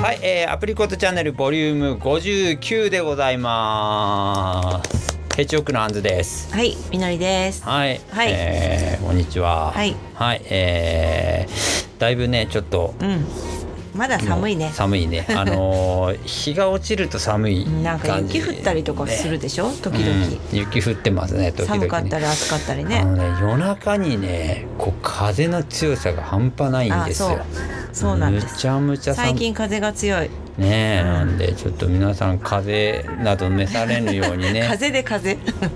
はい、アプリコットチャンネルボリューム59でございます。ヘッジホックのアンズです。 はい、みのりです。 はい、 はい、 こんにちは。 はい、 はい、だいぶねちょっと、 まだ寒いね。 寒いね。日が落ちると寒い感じ。 なんか雪降ったりとかするでしょ、時々、 雪降ってますね、時々ね。 寒かったり暑かったりね。 夜中にねこう風の強さが半端ないんですよ。 そうなんです。 むちゃむちゃ最近風が強いね。なんでちょっと皆さん風邪など召されぬようにね風で風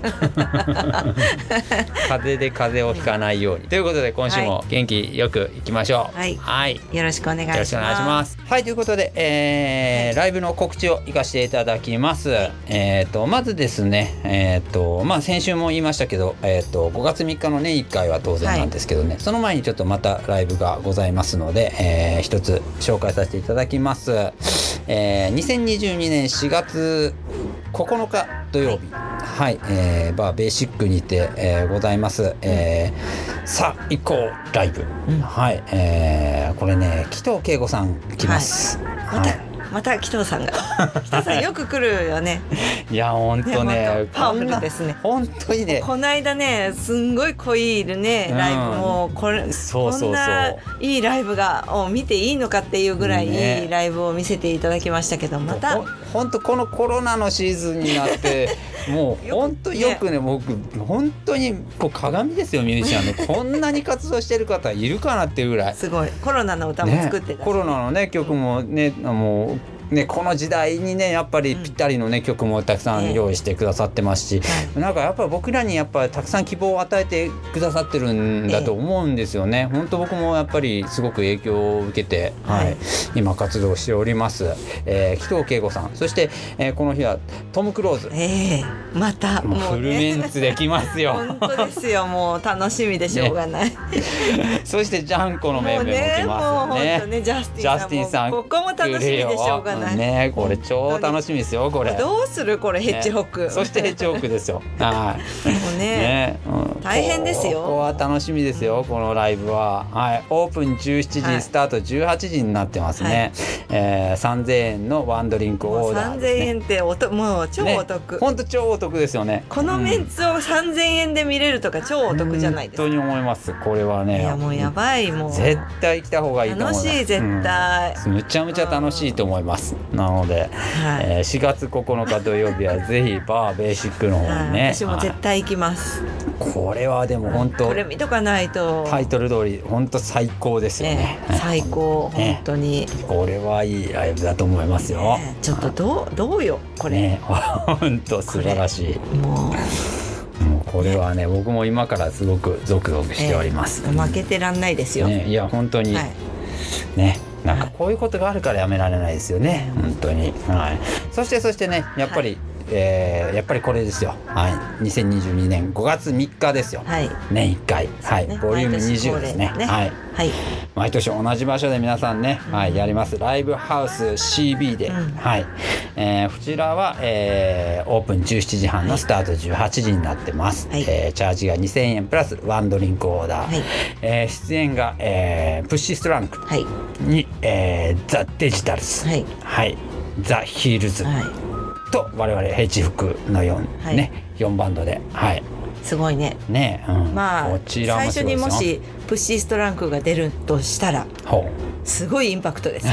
で風邪をひかないようにということで、今週も元気よくいきましょう。 はい、 はい、 よろしくお願いします。 よろしくお願いします。はい、ということで、ライブの告知をいかしていただきます。まずですね、先週も言いましたけど、5月3日の年1回は当然なんですけどね、その前にちょっとまたライブがございますので、一つ紹介させていただきます。2022年4月9日土曜日、はい、バーベーシックにて、ございます、さあ行こうライブ、はい、これね紀藤圭吾さん来ます。 また紀藤さんが紀藤さんよく来るよね。 いやほんとねパワフルですね。 本当にね、 この間ねすんごい濃いねライブもこんないいライブが見ていいのかっていうぐらいいいライブを見せていただきましたけど、また本当このコロナのシーズンになってもう本当よくね、僕本当にこう鏡ですよ、ミュージシャンのこんなに活動してる方いるかなっていうぐらいすごい。コロナの歌も作ってたし、 コロナのね曲もね、もうね、この時代にねやっぱりぴったりのね、曲もたくさん用意してくださってますし、なんかやっぱ僕らにやっぱたくさん希望を与えてくださってるんだと思うんですよね。本当僕もやっぱりすごく影響を受けて、今活動しております、紀藤圭吾さん、そして、この日はトム・クローズ、 またもうフルメンツできますよ。 本当ですよ、もう楽しみでしょうがない、 そしてジャンコのメンバーも来ますよね。 ジャスティンさん、ここも楽しみでしょうがないね。これ超楽しみですよ。これどうするこれ、ヘッジホック、 そしてヘッジホックですよ。はい、 もうね、大変ですよ。 ここは楽しみですよ、このライブは。はい、オープン17時、スタート18時になってますね。3000円のワンドリンクオーダーですね。 3000円ってもう超お得、 本当超お得ですよね。 このメンツを3000円で見れるとか超お得じゃないですか。 本当に思います。これはね、 いやもうやばい、もう絶対来た方がいいと思います。 楽しい、絶対、 むちゃむちゃ楽しいと思います。なので、4月9日土曜日はぜひバーベーシックの方にね、 私も絶対行きます。 これはでも本当、 これ見とかないと、 タイトル通り本当最高ですよね。 最高、本当にこれはいいライブだと思いますよ。 ちょっとどうよこれ、 ね、本当素晴らしい。もうこれはね、僕も今からすごくゾクゾクしております。 負けてらんないですよ。 いや本当にね、なんかこういうことがあるからやめられないですよね、本当に。そしてね、やっぱりこれですよ。2022年5月3日ですよ。年1回、ボリューム20ですね。毎年同じ場所で皆さんね、やります。ライブハウス CB で、こちらは、オープン17時半のスタート18時になってます。チャージが2000円プラスワンドリンクオーダー、出演が、プッシーストランクに、ザ・デジタルズ、ザ・ヒールズ、と我々ヘッジフックの4バンドで、 すごいね。まあこちらも最初にもしプッシーストランクが出るとしたらすごいインパクトですよ。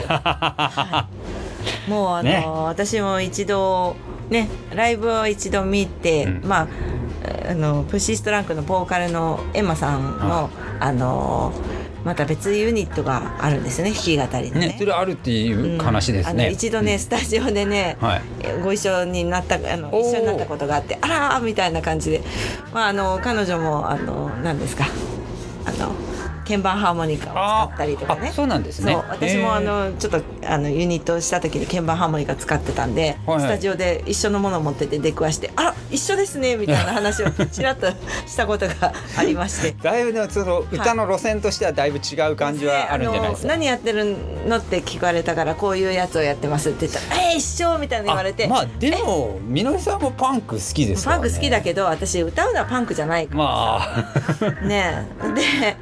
もう私も一度ね、ライブを一度見て、プッシーストランクのボーカルのエマさんのまた別ユニットがあるんですね、弾き語りのね。 それあるっていう話ですね。 一度ね、スタジオでね、ご一緒になった一緒になったことがあって、あらーみたいな感じで、彼女も何ですか、鍵盤ハーモニカを使ったりとかね。 そうなんですね。 私もちょっとユニットした時に鍵盤ハーモニカ使ってたんで、スタジオで一緒のものを持ってて出くわして、あら一緒ですねみたいな話をちらっとしたことがありまして。 だいぶね、その歌の路線としてはだいぶ違う感じはあるんじゃないですか。 何やってるのって聞かれたから、こういうやつをやってますって言ったら、一緒みたいな言われて。 でもみのりさんもパンク好きですからね。 パンク好きだけど、私歌うのはパンクじゃないからさ。ねえで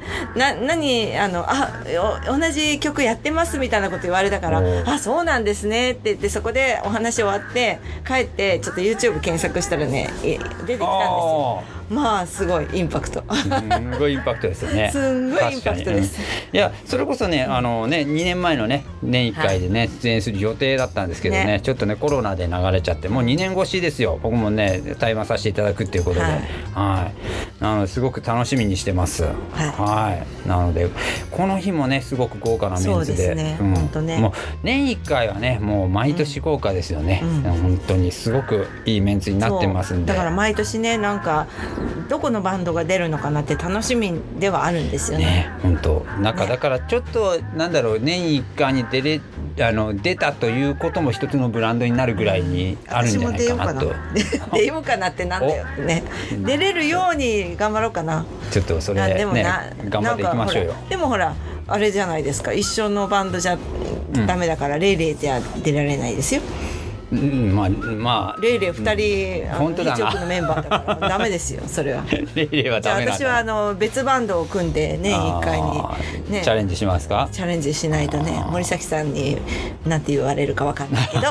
何同じ曲やってますみたいなこと言われたからあそうなんですねって言ってそこでお話終わって帰ってちょっと YouTube 検索したらね出てきたんですよ。まあすごいインパクトすごいインパクトですよねすんごいインパクトです、 いやそれこそね2年前のね年1回でね、出演する予定だったんですけどねちょっとねコロナで流れちゃってもう2年越しですよ。僕もね対話させていただくっていうことで、なのですごく楽しみにしてます。なのでこの日もねすごく豪華なメンツで、 そうですね、本当ね、 もう年1回はねもう毎年豪華ですよね、本当にすごくいいメンツになってますんで、 だから毎年ねなんかどこのバンドが出るのかなって楽しみではあるんですよね。 本当だからちょっとなんだろう年1回に出たということも一つのブランドになるぐらいにあるんじゃないかなと。 出ようかなってなんだよってね、出れるように頑張ろうかな。 ちょっとそれね頑張っていきましょうよ。 でもほらあれじゃないですか、一緒のバンドじゃダメだから、レイレイじゃ出られないですよ。 まあレイレイ2人本当だな日直のメンバーだからダメですよそれは。 レイレイはダメなんだ。 じゃあ私は別バンドを組んで年1回に、ね、 チャレンジしますか。 チャレンジしないとね森崎さんになんて言われるか分かんないけど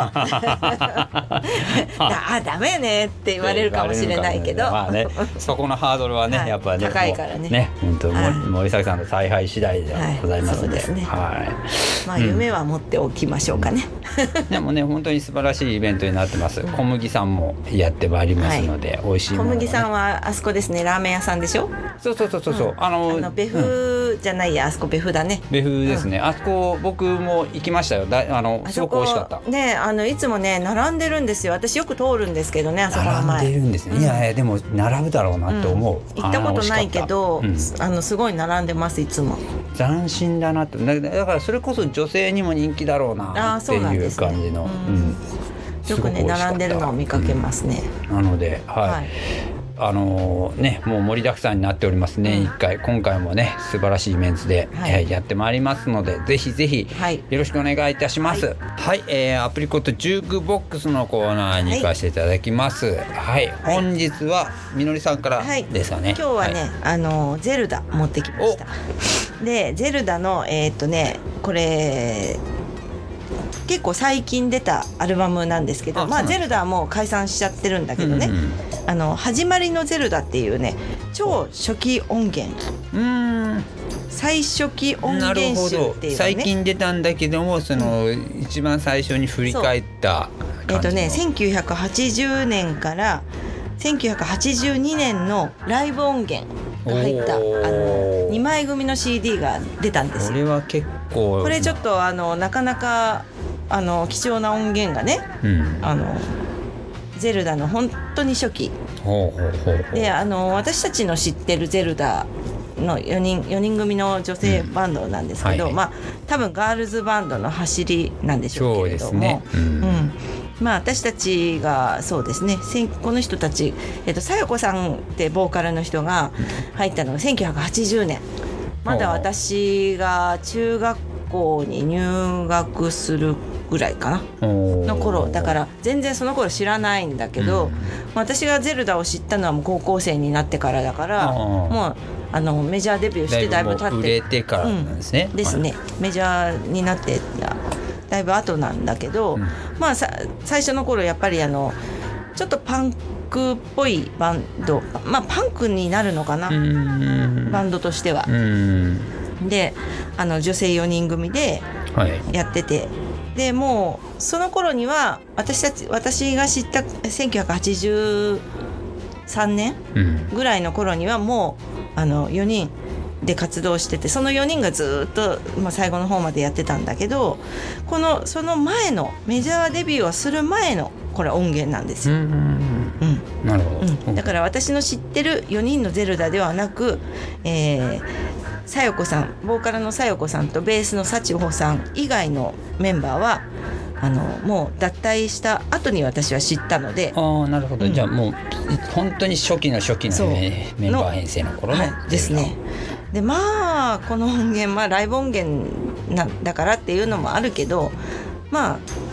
ダメねって言われるかもしれないけど、 そこのハードルはね、やっぱね高いからね本当森崎さんの采配次第でございますので、 まあ夢は持っておきましょうかね。 でもね本当に素晴らしいイベントになってます。小麦さんもやってまいりますので、美味しいもの、 小麦さんはあそこですね、ラーメン屋さんでしょ。 そうベフじゃないや、あそこベフだね。 ベフですね、あそこ僕も行きましたよ。すごく美味しかったね。いつもね並んでるんですよ。私よく通るんですけどね、あそこの前並んでるんですね。いやでも並ぶだろうなと思う。 行ったことないけどすごい並んでますいつも。 斬新だなと。だからそれこそ女性にも人気だろうなっていう感じの。 よくね並んでるのを見かけますね。 なのでもう盛りだくさんになっておりますね。1回今回もね素晴らしいメンツでやってまいりますので、ぜひぜひよろしくお願いいたします。アプリコットジュークボックスのコーナーに行かせていただきます。本日はみのりさんからですかね。 今日はねゼルダ持ってきました。でゼルダのこれ結構最近出たアルバムなんですけど、ゼルダはもう解散しちゃってるんだけどね、始まりのゼルダっていうね超初期音源、最初期音源集っていうね、 最近出たんだけどもその一番最初に振り返った感じの 1980年から1982年のライブ音源が入った2枚組の CD が出たんですよ。 これは結構これちょっとなかなか貴重な音源がね、ゼルダの本当に初期で私たちの知ってるゼルダの4人組の女性バンドなんですけど、多分ガールズバンドの走りなんでしょうけれども、私たちがそうですね、この人たちさよこさんってボーカルの人が入ったのが1980年、まだ私が中学校に入学するぐらいかなの頃だから、全然その頃知らないんだけど、私がゼルダを知ったのはもう高校生になってからだから、もうメジャーデビューしてだいぶ経って売れてからなんですね。 ですね、メジャーになってだいぶ後なんだけど、最初の頃やっぱりちょっとパンクっぽいバンド、パンクになるのかな、バンドとしては。で女性4人組でやってて、でもうその頃には私が知った1983年ぐらいの頃にはもう4人で活動してて、その4人がずっと、最後の方までやってたんだけど、その前のメジャーデビューをする前のこれ音源なんですよ。 なるほど。 だから私の知ってる4人のゼルダではなく、さよこさん、ボーカルのさよこさんとベースの幸穂さん以外のメンバーはもう脱退した後に私は知ったので。 なるほど、じゃあもう本当に初期のメンバー編成の頃のですね。でこの音源ライブ音源だからっていうのもあるけど、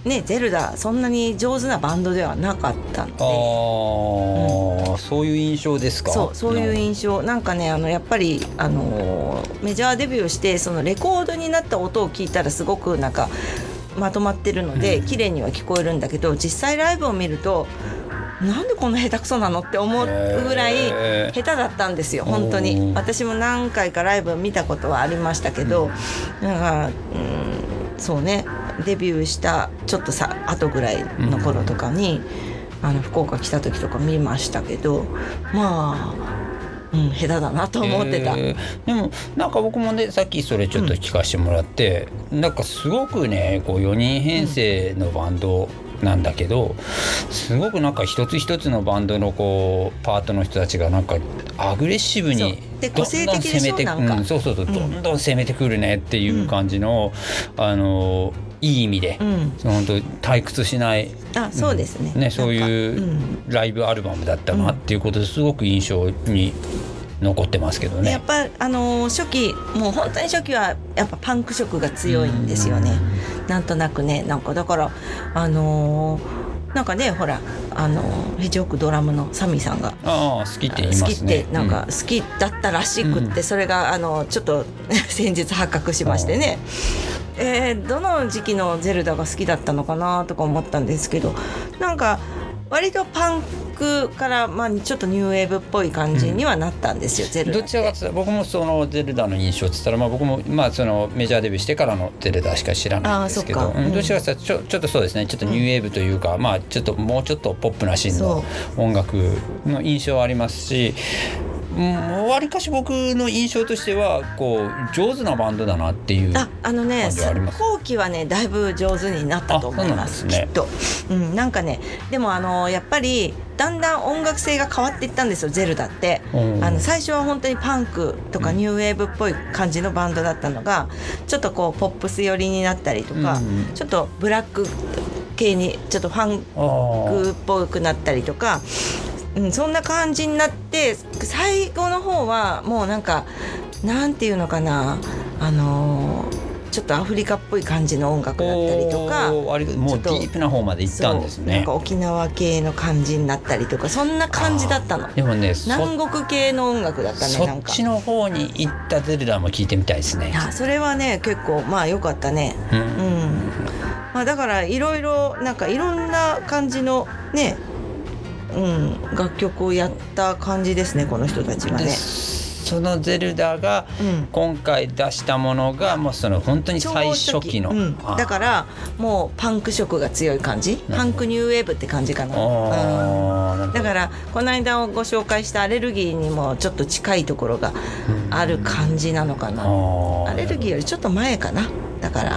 ねゼルダそんなに上手なバンドではなかったので、 そういう印象ですか。 そういう印象。なんかねやっぱりメジャーデビューしてそのレコードになった音を聞いたらすごくなんかまとまってるので綺麗には聞こえるんだけど、実際ライブを見るとなんでこんな下手くそなのって思うぐらい下手だったんですよ本当に。私も何回かライブ見たことはありましたけど、なんか、そうねデビューしたちょっと後ぐらいの頃とかに、福岡来た時とか見ましたけど、まあ下手だなと思ってた。 でもなんか僕もねさっきそれちょっと聞かせてもらって、なんかすごくねこう4人編成のバンドなんだけど、すごくなんか一つ一つのバンドのこうパートの人たちがなんかアグレッシブにどんどん攻めて、 どんどん攻めてくるねっていう感じの、いい意味で、本当退屈しない、 そうですね、 そういうライブアルバムだったなっていうことですごく印象に残ってますけどね。 やっぱ初期もう本当に初期はやっぱパンク色が強いんですよね。なんとなくねなんかだからなんかねほら非常クドラムのサミーさんが好きって言いますね。 好きってなんか好きだったらしくって、それがちょっと先日発覚しましてね。どの時期のゼルダが好きだったのかなとか思ったんですけど、なんか割とパンクから、ちょっとニューウェーブっぽい感じにはなったんですよ、ゼルダって。 どちらかというと僕もそのゼルダの印象って言ったら、僕もそのメジャーデビューしてからのゼルダしか知らないんですけど、どちらかというとちょっとそうですね、ちょっとニューウェーブというか、ちょっともうちょっとポップなシーンの音楽の印象はありますし、わりかし僕の印象としてはこう上手なバンドだなっていう感じはあります。 後期はねだいぶ上手になったと思います、きっと。なんかねでもやっぱりだんだん音楽性が変わっていったんですよゼルダって。最初は本当にパンクとかニューウェーブっぽい感じのバンドだったのが、ちょっとこうポップス寄りになったりとか、ちょっとブラック系にちょっとファンクっぽくなったりとか、そんな感じになって、最後の方はもうなんかなんていうのかな、ちょっとアフリカっぽい感じの音楽だったりとか、 もうディープな方まで行ったんですね。 なんか沖縄系の感じになったりとか、そんな感じだったの。 でもね南国系の音楽だったね。 なんかそっちの方に行ったゼルダも聞いてみたいですね。 それはね結構良かったね。だからいろいろなんかいろんな感じのね楽曲をやった感じですね、この人たちはね。 そのゼルダが今回出したものがもうその本当に最初期の、 だからもうパンク色が強い感じ、パンクニューウェーブって感じかな。だからこの間ご紹介したアレルギーにもちょっと近いところがある感じなのかな。アレルギーよりちょっと前かな。だから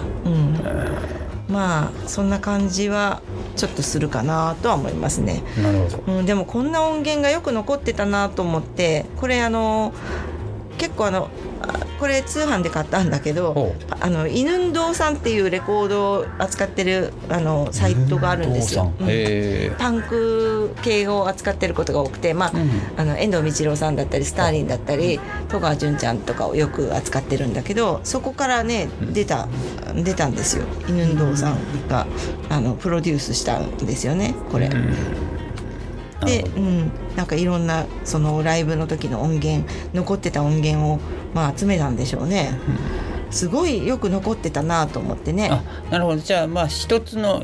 そんな感じはちょっとするかなとは思いますね。 なるほど。 でもこんな音源がよく残ってたなと思って、これ結構これ通販で買ったんだけど、イヌンドーさんっていうレコードを扱ってるサイトがあるんですよ。パンク系を扱ってることが多くて、遠藤道郎さんだったりスターリンだったり戸川純ちゃんとかをよく扱ってるんだけど、そこからね出たんですよ。イヌンドーさんがプロデュースしたんですよね、これ。で、なんかいろんなそのライブの時の音源、残ってた音源を集めたんでしょうね。すごいよく残ってたなと思ってね。 なるほど。じゃあ一つの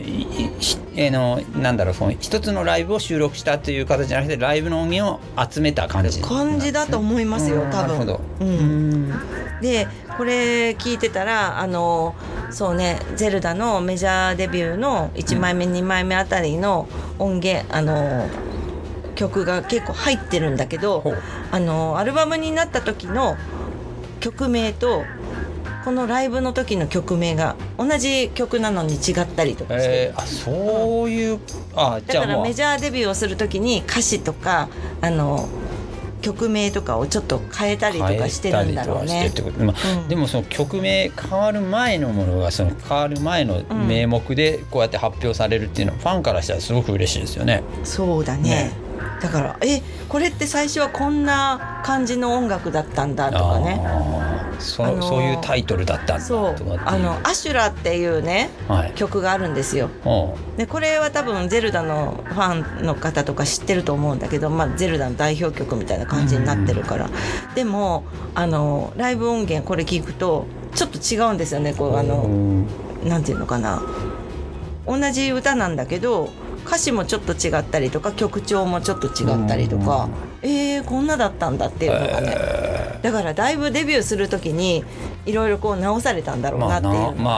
その一つのライブを収録したという形じゃなくて、ライブの音源を集めた感じだと思いますよ、多分。 なるほど。 でこれ聞いてたらそうね、ゼルダのメジャーデビューの1枚目、2枚目あたりの音源曲が結構入ってるんだけど、アルバムになった時の曲名とこのライブの時の曲名が同じ曲なのに違ったりとかして、 そういうだからメジャーデビューをする時に歌詞とか曲名とかをちょっと変えたりとかしてるんだろうね。 でもその曲名変わる前のものがその変わる前の名目でこうやって発表されるっていうのは、ファンからしたらすごく嬉しいですよね。 そうだね。だからこれって最初はこんな感じの音楽だったんだとかね、 そういうタイトルだったんだそうとかってアシュラっていうね、 はい、 曲があるんですよ。でこれは多分ゼルダのファンの方とか知ってると思うんだけど、ゼルダの代表曲みたいな感じになってるから、でもライブ音源これ聞くとちょっと違うんですよね。こうなんていうのかな、同じ歌なんだけど歌詞もちょっと違ったりとか曲調もちょっと違ったりとか、こんなだったんだっていうのがね、だからだいぶデビューする時にいろいろこう直されたんだろうなっていう、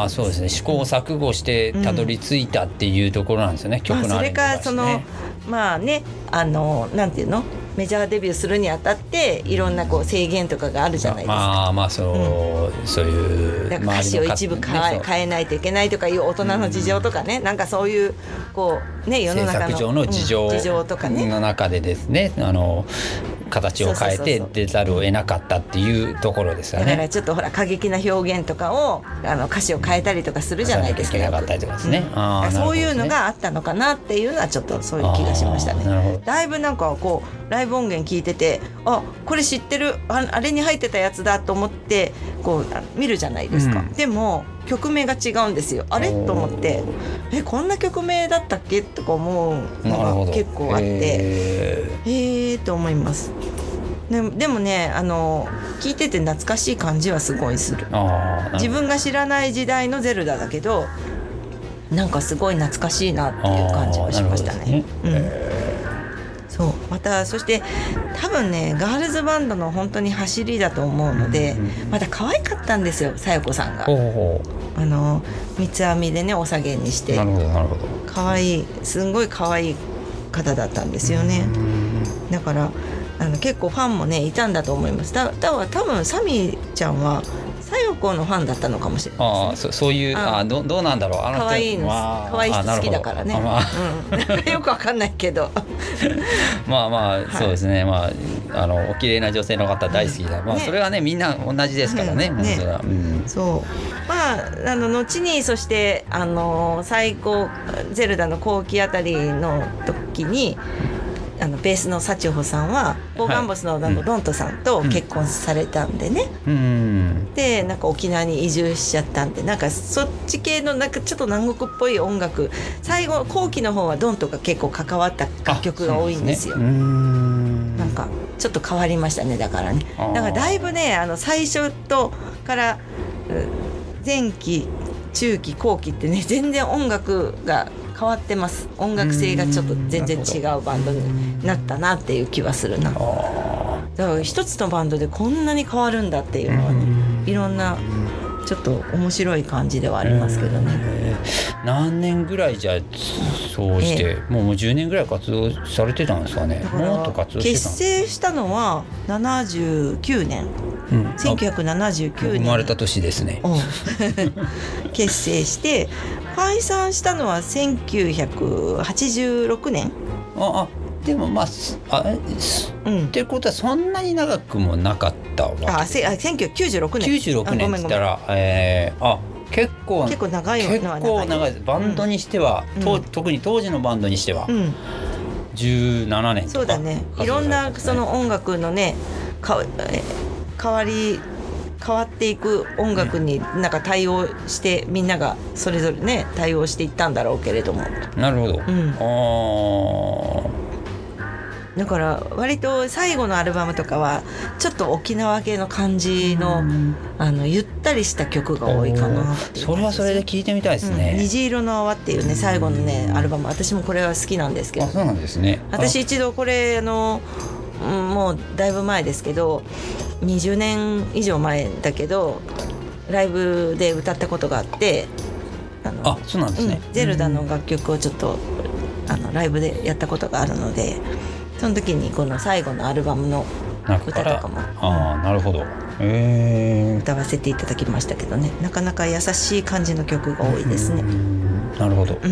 そうですね、試行錯誤してたどり着いたっていうところなんですよね、曲のアレンジがね。 それからなんていうの、メジャーデビューするにあたっていろんなこう制限とかがあるじゃないですか。 そういうだから歌詞を一部変えないといけないとかいう大人の事情とかね、なんかそういうこうね、世の中の制作上の事情とかねの中でですね、形を変えて出ざるを得なかったっていうところですよね。 だからちょっとほら過激な表現とかを歌詞を変えたりとかするじゃないですか。そういうのがあったのかなっていうのはちょっとそういう気がしましたね。だいぶなんかこうライブ音源聞いてて、これ知ってる、あれに入ってたやつだと思ってこう見るじゃないですか、でも曲名が違うんですよ。あれと思って、こんな曲名だったっけとか思うのが結構あって、と思います。でもね、聞いてて懐かしい感じはすごいする。自分が知らない時代のゼルダだけどなんかすごい懐かしいなっていう感じがしましたね。そう、またそして多分ねガールズバンドの本当に走りだと思うので、また可愛かったんですよ、さよこさんが。三つ編みでねお下げにして、可愛い、すんごい可愛い方だったんですよね。だから結構ファンもねいたんだと思います。多分サミちゃんはさよこのファンだったのかもしれないですね。 そういうどうなんだろう、 可愛いの、可愛い人好きだからね。よくわかんないけどそうですね、お綺麗な女性の方大好きだ、それはねみんな同じですからね。 そう後にそして最高ゼルダの後期あたりの時にベースの幸穂さんはボーガンボスのドントさんと結婚されたんでね、でなんか沖縄に移住しちゃったんで、なんかそっち系のなんかちょっと南国っぽい音楽、最後後期の方はドントが結構関わった楽曲が多いんですよ。なんかちょっと変わりましたね。だからね、だからだいぶね最初とから前期中期後期ってね全然音楽が変わってます。音楽性がちょっと全然違うバンドになったなっていう気はするな。だから一つのバンドでこんなに変わるんだっていうのはね、いろんなちょっと面白い感じではありますけどね。 何年ぐらいじゃそうして、もう10年ぐらい活動されてたんですかね。もっと活動してた。 結成したのは79年、1979年生まれた年ですね。 結成して解散したのは1986年。 でもってことはそんなに長くもなかったわけです。 1996年。 96年って言ったら結構長いのは長い。 です。バンドにしては、特に当時のバンドにしては、17年とか。 そうだね。いろんなその音楽のね変わっていく音楽になんか対応してみんながそれぞれね対応していったんだろうけれども。 なるほど。 だから割と最後のアルバムとかはちょっと沖縄系の感じの、ゆったりした曲が多いかなっていう。 それはそれで聞いてみたいですね。 虹色の泡っていうね最後のねアルバム、私もこれは好きなんですけど。 そうなんですね。 私一度これもうだいぶ前ですけど20年以上前だけどライブで歌ったことがあって、 そうなんですね。 ゼルダの楽曲をちょっとライブでやったことがあるので、その時にこの最後のアルバムの歌とかもなるほど、 歌わせていただきましたけどね、なかなか優しい感じの曲が多いですね。 なるほど。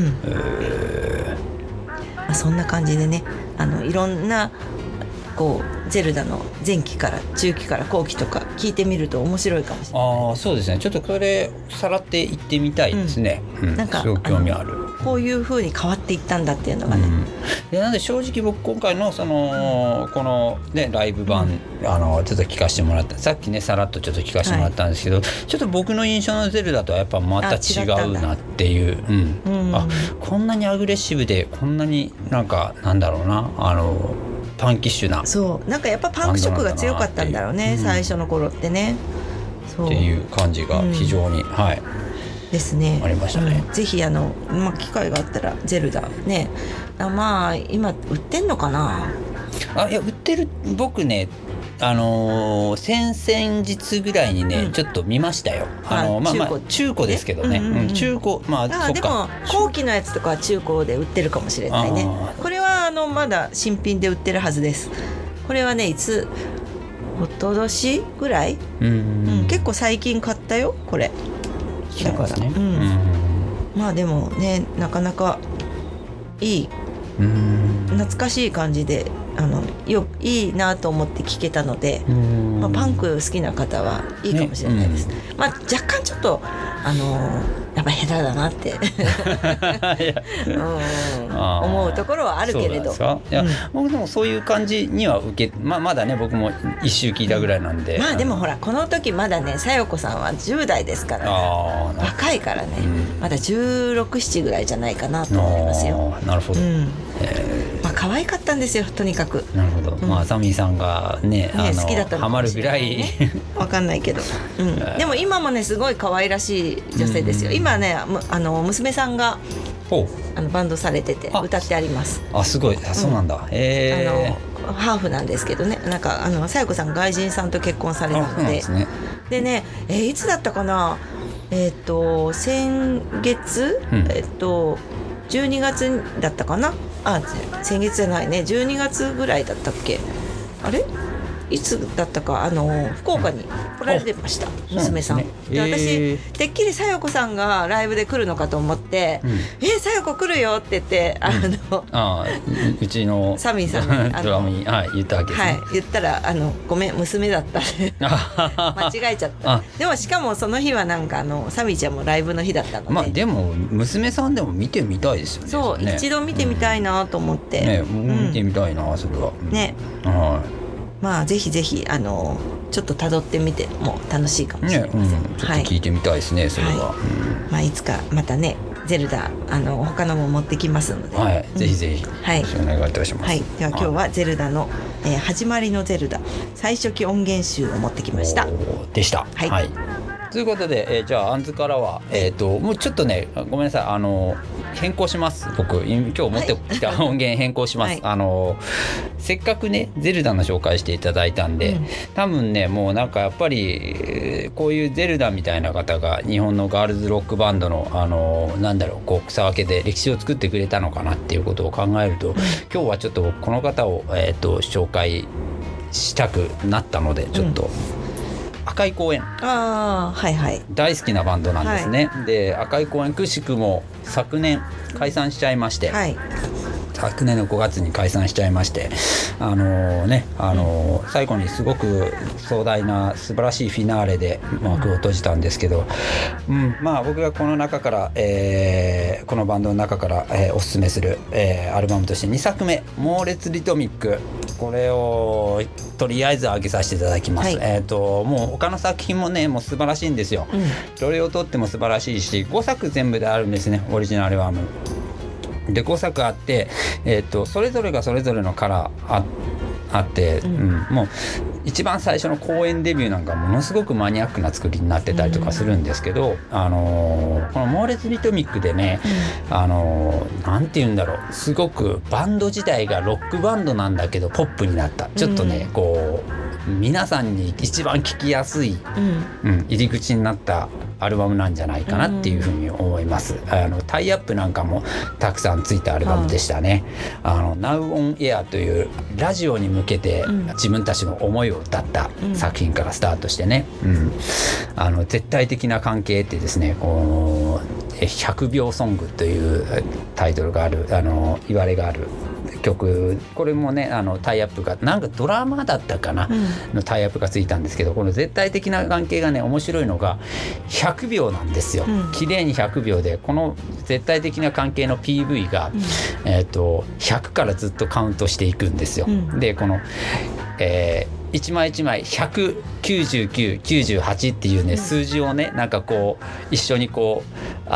そんな感じでねいろんなこうゼルダの前期から中期から後期とか聞いてみると面白いかもしれない。 そうですね。ちょっとこれさらっていってみたいですね。 なんかすごく興味ある。 こういう風に変わっていったんだっていうのがね、 でなんで正直僕今回のこのねライブ版、ちょっと聞かせてもらった、さっきねさらっとちょっと聞かせてもらったんですけど、ちょっと僕の印象のゼルダとはやっぱまた違うなっていう、こんなにアグレッシブでこんなになんだろうなパンキッシュな、 そうなんかやっぱパンク色が強かったんだろうね、最初の頃ってね、そうっていう感じが非常に、 ですね、 ありましたね。 ぜひ機会があったらゼルダね、まあ今売ってんのかな。 いや売ってる、僕ね先々日ぐらいにね、ちょっと見ましたよ。中古ですけどね、中古、 でも後期のやつとかは中古で売ってるかもしれないね。これはまだ新品で売ってるはずです。これはね、いつおととしぐらい、結構最近買ったよこれ。だから、まあでもね、なかなかいい、懐かしい感じでいいなと思って聴けたので、パンク好きな方はいいかもしれないです、若干ちょっとやっぱ下手だなって思うところはあるけれど、 僕でもそういう感じにはまだね僕も一周聞いたぐらいなんで、 でもほらこの時まだねさよこさんは10代ですから、若いからね、まだ16、17ぐらいじゃないかなと思いますよ。 なるほど、 可愛かったんですよとにかく。 なるほど、サミーさんがね好きだったのかもしれないね、 ハマるぐらいわかんないけど、でも今もねすごい可愛らしい女性ですよ。今ね娘さんがバンドされてて歌ってあります。 すごい、そうなんだ。 ハーフなんですけどね、さよこさん外人さんと結婚されたので、でね、いつだったかな、先月、12月だったかな、先月じゃないね、12月ぐらいだったっけ、あれいつだったか、福岡に来られてました、娘さん。で、私てっきりさよこさんがライブで来るのかと思ってさよこ来るよって言って、 うちのサミーさんにドラムに言ったわけですね。 言ったらごめん娘だった間違えちゃった。でもしかもその日はサミーちゃんもライブの日だったので、 でも娘さんでも見てみたいですよね。 そう、一度見てみたいなと思って、 見てみたいな、それはね。 ぜひぜひちょっと辿ってみても楽しいかもしれません。 ちょっと聞いてみたいですね、それは。 いつかまたねゼルダ他のも持ってきますので、 ぜひぜひお願いいたします。 では今日はゼルダの始まりのゼルダ最初期音源集を持ってきました。 でした。ということで、じゃあアンズからはもうちょっとねごめんなさい、変更します。僕今日持ってきた音源変更します。せっかくねゼルダの紹介していただいたんで、多分ねもうやっぱりこういうゼルダみたいな方が日本のガールズロックバンドの草分けで歴史を作ってくれたのかなっていうことを考えると、今日はちょっとこの方を紹介したくなったので、ちょっと。赤い公園、大好きなバンドなんですね。で赤い公園くしくも昨年解散しちゃいまして、昨年の5月に解散しちゃいまして、最後にすごく壮大な素晴らしいフィナーレで幕を閉じたんですけど、僕がこの中から、このバンドの中から、おすすめする、アルバムとして2作目「猛烈リトミック」、これをとりあえず上げさせていただきます。もう他の作品もねもう素晴らしいんですよ。どれをとっても素晴らしいし、5作全部であるんですね、オリジナルアルバムで。5作あって、それぞれがそれぞれのカラーあって、もう一番最初の公演デビューなんかものすごくマニアックな作りになってたりとかするんですけど、この猛烈リトミックでね、なんて言うんだろう、すごくバンド自体がロックバンドなんだけどポップになった、ちょっとね皆さんに一番聴きやすい、入り口になったアルバムなんじゃないかなっていうふうに思います。タイアップなんかもたくさんついたアルバムでしたね。Now on Air というラジオに向けて自分たちの思いを歌った作品からスタートしてね、絶対的な関係ってですね、100秒ソングというタイトルがある、言われがある曲、これもねタイアップがなんかドラマだったかな、のタイアップがついたんですけど、この絶対的な関係がね面白いのが100秒なんですよ。綺麗に100秒で、この絶対的な関係の PV が、100からずっとカウントしていくんですよ。でこの、一枚一枚199、98っていうね数字をねなんかこう一緒にこう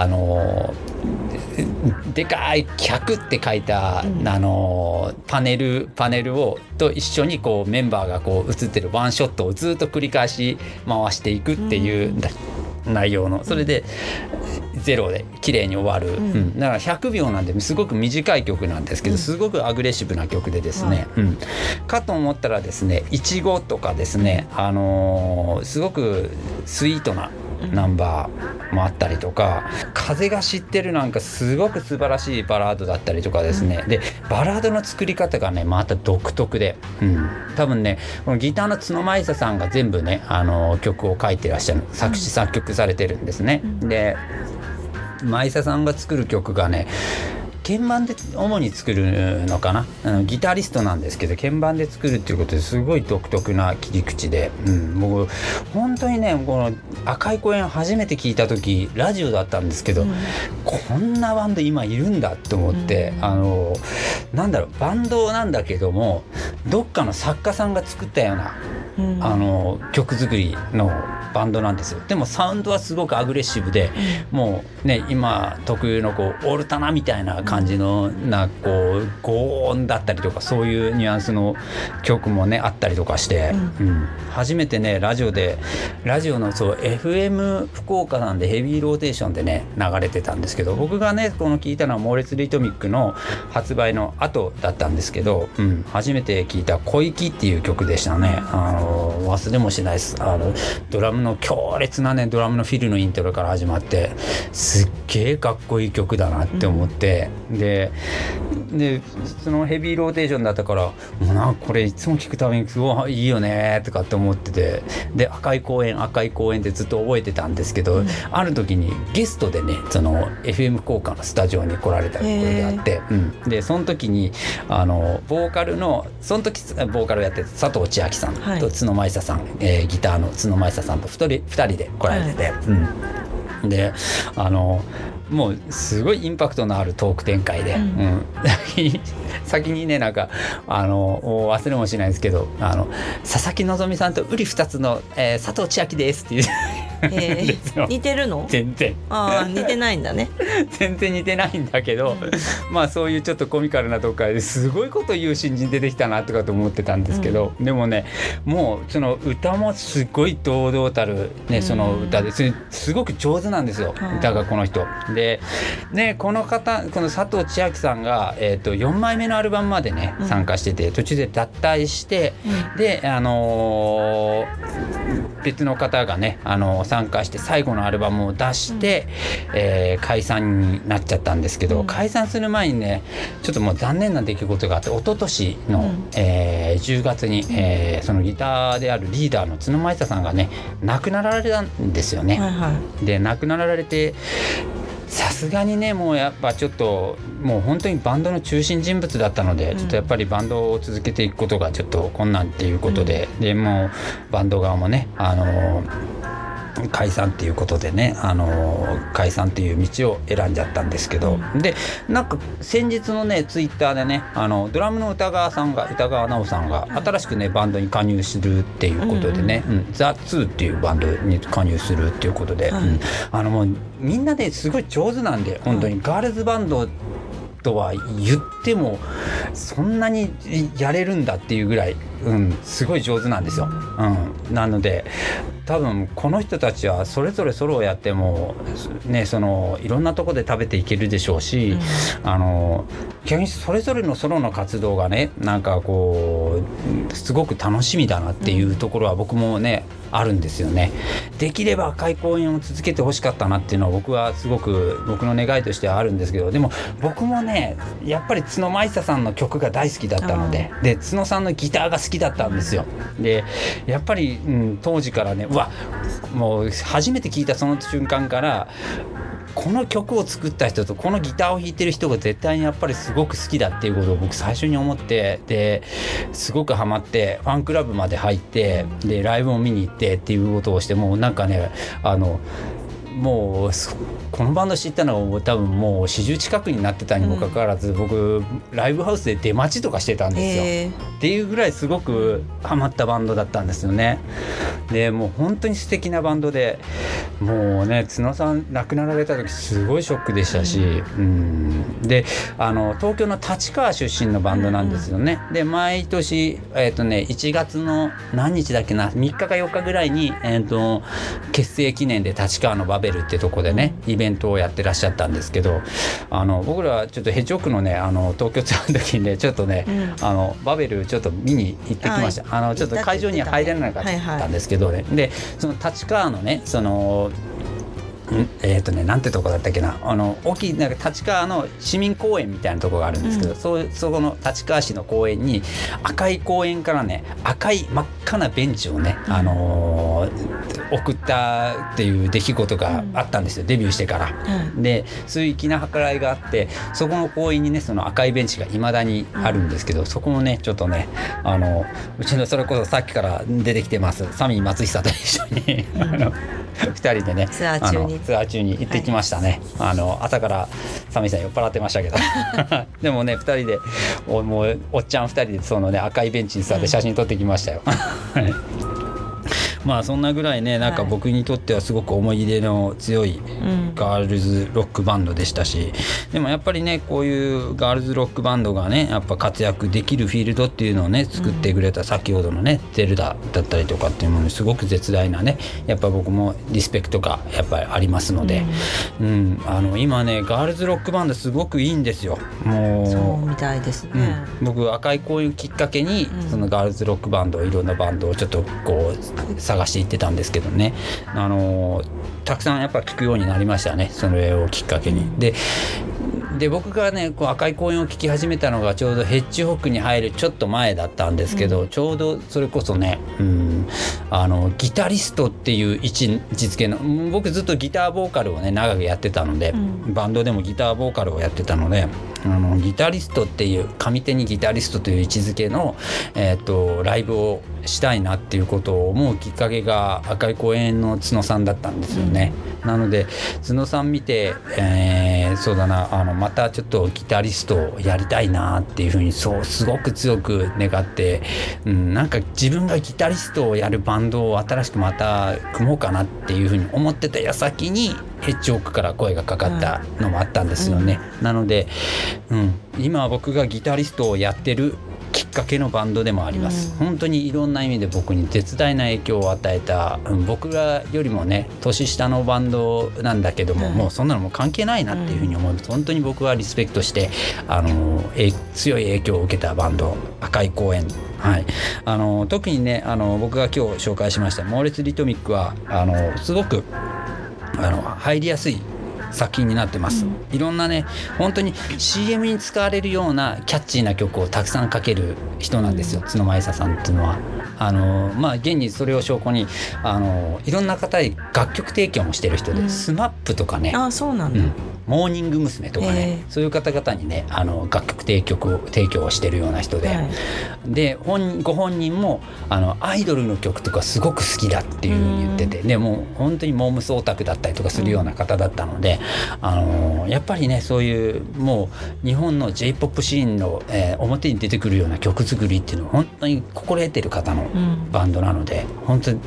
でかい100って書いた、パネルをと一緒にこうメンバーがこう映ってるワンショットをずっと繰り返し回していくっていう内容の、それでゼロで綺麗に終わる、だから100秒なんですごく短い曲なんですけど、すごくアグレッシブな曲でですね、かと思ったらですね、いちごとかですね、すごくスイートなナンバーもあったりとか、風が知ってるなんかすごく素晴らしいバラードだったりとかですね、でバラードの作り方がねまた独特で、多分ねこのギターの角舞沙さんが全部ね曲を書いてらっしゃる、作詞作曲されてるんですね。で舞沙さんが作る曲がね鍵盤で主に作るのかな、ギタリストなんですけど鍵盤で作るっていうことですごい独特な切り口で、僕本当にねこの赤い公園初めて聞いた時ラジオだったんですけど、こんなバンド今いるんだって思って、なんだろう、バンドなんだけどもどっかの作家さんが作ったような、曲作りのバンドなんですよ。でもサウンドはすごくアグレッシブで、もうね今特有のこうオルタナみたいな感じのこうゴーンだったりとか、そういうニュアンスの曲もねあったりとかして、初めてねラジオのそう FM 福岡なんでヘビーローテーションでね流れてたんですけど、僕がねこの聞いたのは猛烈リトミックの発売の後だったんですけど、初めて聞いた小粋っていう曲でしたね。忘れもしないです。ドラムの強烈なねドラムのフィルのイントロから始まってすっげえかっこいい曲だなって思って、でそのヘビーローテーションだったからもうなんかこれいつも聞くたびにすごいいいよねとかって思ってて、で赤い公園ってずっと覚えてたんですけど、ある時にゲストでねその FM 福岡のスタジオに来られたことがあって、でその時にボーカルのその時ボーカルやってた佐藤千秋さんと角舞沙さん、ギターの角舞沙さんと2人で来られてて、でもうすごいインパクトのあるトーク展開で、先にねなんか忘れもしないですけど佐々木希さんと瓜二つの、佐藤千秋ですっていう似てるの？ 全然似てないんだね全然似てないんだけど、まあそういうちょっとコミカルなとこからですごいこと言う新人出てきたなとかと思ってたんですけど、でもねもうその歌もすごい堂々たる、ね、その歌ですごく上手なんですよ、歌がこの人で、ね、この佐藤千秋さんが、4枚目のアルバムまでね参加してて、途中で脱退して、で別の方がね参加して最後のアルバムを出して、解散になっちゃったんですけど、解散する前にねちょっともう残念な出来事があって、一昨年の、10月に、そのギターであるリーダーの角舞沙さんがね亡くなられたんですよね。で亡くなられてさすがにねもうやっぱちょっともう本当にバンドの中心人物だったので、ちょっとやっぱりバンドを続けていくことがちょっと困難っていうことで、でもうバンド側もね解散っていうことでね解散っていう道を選んじゃったんですけど、でなんか先日のねツイッターでねドラムの歌川直さんが新しくねバンドに加入するっていうことでね、ザ・2っていうバンドに加入するっていうことで、もうみんなですごい上手なんで、本当にガールズバンドとは言ってもそんなにやれるんだっていうぐらい、すごい上手なんですよ。なので多分この人たちはそれぞれソロをやってもねいろんなとこで食べていけるでしょうし、逆にそれぞれのソロの活動がねなんかこうすごく楽しみだなっていうところは僕もねあるんですよね。できれば赤い公演を続けてほしかったなっていうのは僕はすごく僕の願いとしてはあるんですけど、でも僕もねやっぱり角舞沙さんの曲が大好きだったので、角さんのギターが好きだったんですよ。でやっぱり、当時からねもう初めて聞いたその瞬間からこの曲を作った人とこのギターを弾いてる人が絶対にやっぱりすごく好きだっていうことを僕最初に思って、ですごくハマってファンクラブまで入って、でライブを見に行ってっていうことをして、もうなんかねもうこのバンド知ったのは多分もう40近くになってたにもかかわらず、僕ライブハウスで出待ちとかしてたんですよ、っていうぐらいすごくハマったバンドだったんですよね。でもう本当に素敵なバンドで、もうね角さん亡くなられた時すごいショックでしたし、で東京の立川出身のバンドなんですよね。で毎年1月の何日だっけな、3日か4日ぐらいに結成記念で立川のバベルってとこでねイベントをやってらっしゃったんですけど、僕らはちょっとヘッジホックのね東京ツアーの時にねちょっとね、バベルちょっちょっと見に行ってきました。ちょっと会場には入れなかったんですけどね、でその立川のねなんてとこだったっけな、大きいなんか立川の市民公園みたいなとこがあるんですけど、そこの立川市の公園に赤い公園からね赤い真っ赤なベンチをね、送ったっていう出来事があったんですよ、デビューしてから、でそういう粋な計らいがあって、そこの公園にねその赤いベンチがいまだにあるんですけど、そこもねちょっとねうちのそれこそさっきから出てきてますサミー松久と一緒に2人でねツアー中に行ってきましたね、朝からサミーさん酔っ払ってましたけどでもね2人でもうおっちゃん2人でそのね赤いベンチに座って写真撮ってきましたよまあそんなぐらいねなんか僕にとってはすごく思い入れの強いガールズロックバンドでしたし、でもやっぱりねこういうガールズロックバンドがねやっぱ活躍できるフィールドっていうのをね作ってくれた先ほどのねゼルダだったりとかっていうものにすごく絶大なねやっぱ僕もリスペクトがやっぱりありますので、今ねガールズロックバンドすごくいいんですよ。もうそうみたいですね、 僕赤いこういうきっかけにそのガールズロックバンドいろんなバンドをちょっとこう探していってたんですけどね、たくさんやっぱ聞くようになりましたね、それをきっかけに。で僕がねこう赤い公園を聴き始めたのがちょうどヘッジホックに入るちょっと前だったんですけど、ちょうどそれこそね、ギタリストっていう位置づけの、僕ずっとギターボーカルをね長くやってたので、バンドでもギターボーカルをやってたので、ギタリストっていう上手にギタリストという位置づけの、ライブをしたいなっていうことを思うきっかけが赤い公園の角さんだったんですよね、なので角さん見て、そうだなまたちょっとギタリストをやりたいなっていうふうにすごく強く願って、なんか自分がギタリストをやるバンドを新しくまた組もうかなっていうふうに思ってた矢先にヘッジホックから声がかかったのもあったんですよね、なので、今僕がギタリストをやってるきっかけのバンドでもあります、本当にいろんな意味で僕に絶大な影響を与えた、僕らよりもね年下のバンドなんだけども、もうそんなのも関係ないなっていうふうに思う、本当に僕はリスペクトして強い影響を受けたバンド赤い公園、特にね僕が今日紹介しました猛烈リトミックはすごく入りやすい作品になってます、いろんなね本当に CM に使われるようなキャッチーな曲をたくさんかける人なんですよ、角間伊佐さんっていうのは。現にそれを証拠にいろんな方に楽曲提供もしてる人で、SMAP とかね、 そうなんだ、 モーニング娘。とかね、そういう方々にね楽曲提供をしてるような人で、でご本人もアイドルの曲とかすごく好きだっていうふうに言ってて、でもう本当にモームスオタクだったりとかするような方だったので、やっぱりねそういうもう日本の J-POP シーンの、表に出てくるような曲作りっていうのは本当に心得てる方のバンドなので、本当に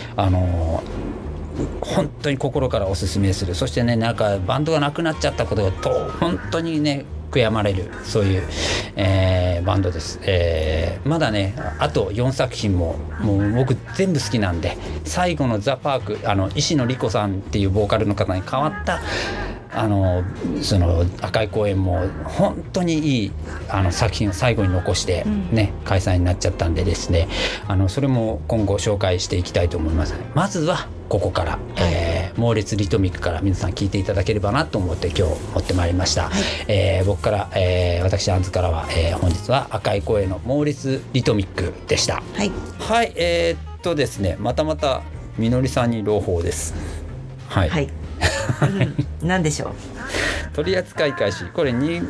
本当に心からおすすめする。そしてねなんかバンドがなくなっちゃったことと本当にね悔やまれるそういう、バンドです、まだねあと4作品もう僕全部好きなんで、最後のザ・パーク石野莉子さんっていうボーカルの方に変わったその赤い公園も本当にいい作品を最後に残してね、開催になっちゃったんでですね、それも今後紹介していきたいと思います。まずはここから、猛烈リトミックから皆さん聞いていただければなと思って今日持ってまいりました、僕から、私アンズからは、本日は赤い声の猛烈リトミックでした。はい、ですねまたみのりさんに朗報です。はい何でしょう。 取扱い開始、これ